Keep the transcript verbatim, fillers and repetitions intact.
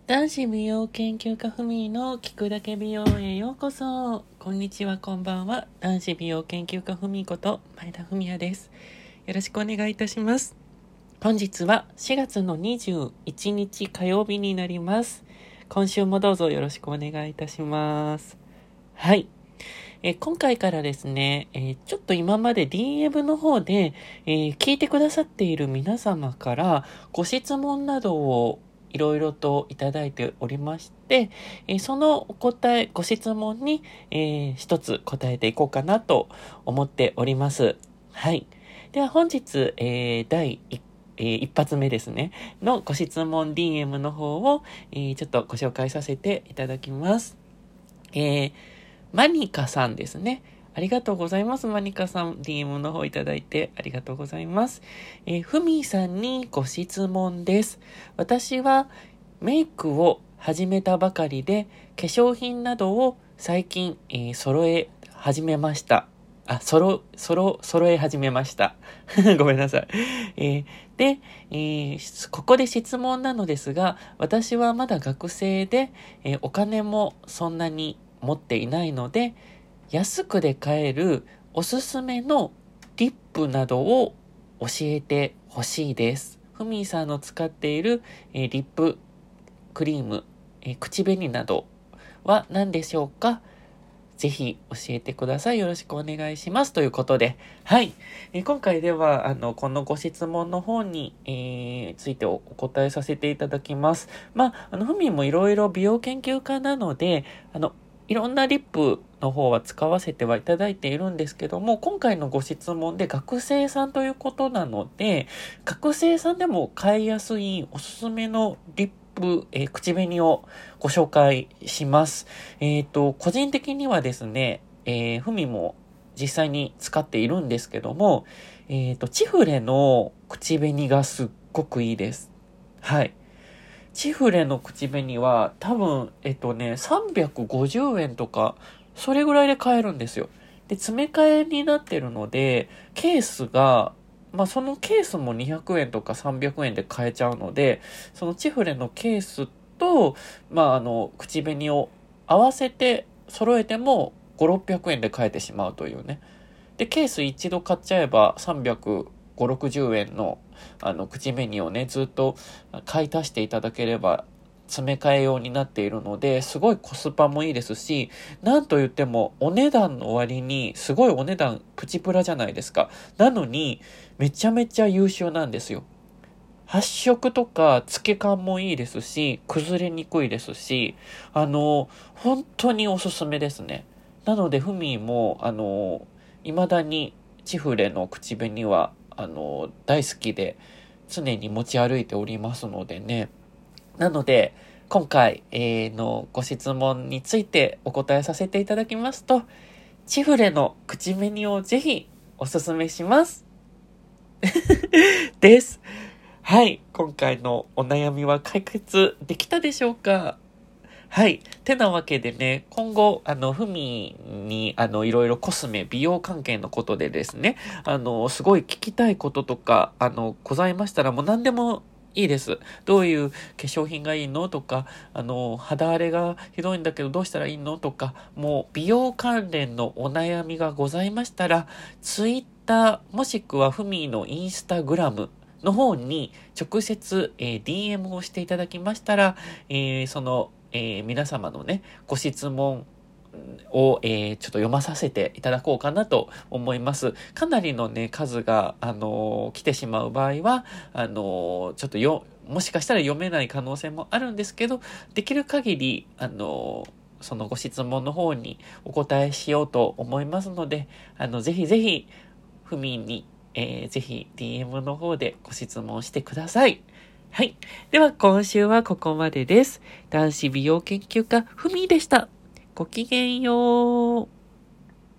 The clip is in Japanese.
男子美容研究家ふみの聞くだけ美容へようこそ。こんにちは、こんばんは。男子美容研究家ふみこと前田文也です。よろしくお願いいたします。本日はしがつのにじゅういちにち火曜日になります。今週もどうぞよろしくお願いいたします。はい。えー今回からですね、えーちょっと今まで ディーエム の方で、えー聞いてくださっている皆様からご質問などをいろいろといただいておりまして、えーそのお答え、ご質問に、えー一つ答えていこうかなと思っております。はい。では本日、えー、第一えー一発目ですね、のご質問 ディーエム の方を、えーちょっとご紹介させていただきます。えーマニカさんですね。ありがとうございます。マニカさん、ディーエム の方いただいてありがとうございます。えー、ふみさんにご質問です。私はメイクを始めたばかりで、化粧品などを最近、えー揃え始めました。あ、そろ、そろ、揃え始めました。ごめんなさい。えーで、えーここで質問なのですが、私はまだ学生で、えーお金もそんなに持っていないので、安くで買えるおすすめのリップなどを教えてほしいです。ふみさんの使っている、えーリップクリーム、えー口紅などは何でしょうか？ぜひ教えてください。よろしくお願いします。ということで、はい。えー今回では、あの、このご質問の方に、えーついておお答えさせていただきます。まあ、あの、ふみもいろいろ美容研究家なので、あの、いろんなリップの方は使わせてはいただいているんですけども、今回のご質問で学生さんということなので、学生さんでも買いやすいおすすめのリップ、えー口紅をご紹介します。えっと、個人的にはですね、えー、ふみも実際に使っているんですけども、えっと、チフレの口紅がすっごくいいです。はい。チフレの口紅は多分、えっとね、さんびゃくごじゅうえんとか、それぐらいで買えるんですよ。で、詰め替えになってるので、ケースが、まあそのケースもにひゃくえんとかさんびゃくえんで買えちゃうので、そのチフレのケースと、まああの、口紅を合わせて揃えてもご、ろっぴゃくえんで買えてしまうというね。で、ケース一度買っちゃえばさんびゃくごじゅう、ろくじゅうえんのあの口紅をね、ずっと買い足していただければ詰め替え用になっているので、すごいコスパもいいですし、なんと言ってもお値段の割にすごいお値段プチプラじゃないですか。なのにめちゃめちゃ優秀なんですよ。発色とか透け感もいいですし、崩れにくいですし、あの、本当におすすめですね。なので、ふみも、あの、未だにチフレの口紅は、あの、大好きで、常に持ち歩いておりますのでね。なので、今回、えーのご質問についてお答えさせていただきますと、チフレの口紅をぜひおすすめします。です。はい。今回のお悩みは解決できたでしょうか？はい。てなわけでね、今後、あの、ふみに、あの、いろいろコスメ、美容関係のことでですね、あの、すごい聞きたいこととか、あの、ございましたら、もう何でもいいです。どういう化粧品がいいのとか、あの、肌荒れがひどいんだけどどうしたらいいのとか、もう美容関連のお悩みがございましたら、ツイッター、もしくはふみのインスタグラム、の方に直接、えー ディーエム をしていただきましたら、えーその、えー皆様のね、ご質問を、えーちょっと読まさせていただこうかなと思います。かなりのね、数が、あのー来てしまう場合は、あのーちょっとよ、もしかしたら読めない可能性もあるんですけど、できる限り、あのーそのご質問の方にお答えしようと思いますので、あの、ぜひぜひ、ふみにえーぜひ ディーエム の方でご質問してください。はい。では今週はここまでです。男子美容研究家ふみでした。ごきげんよう。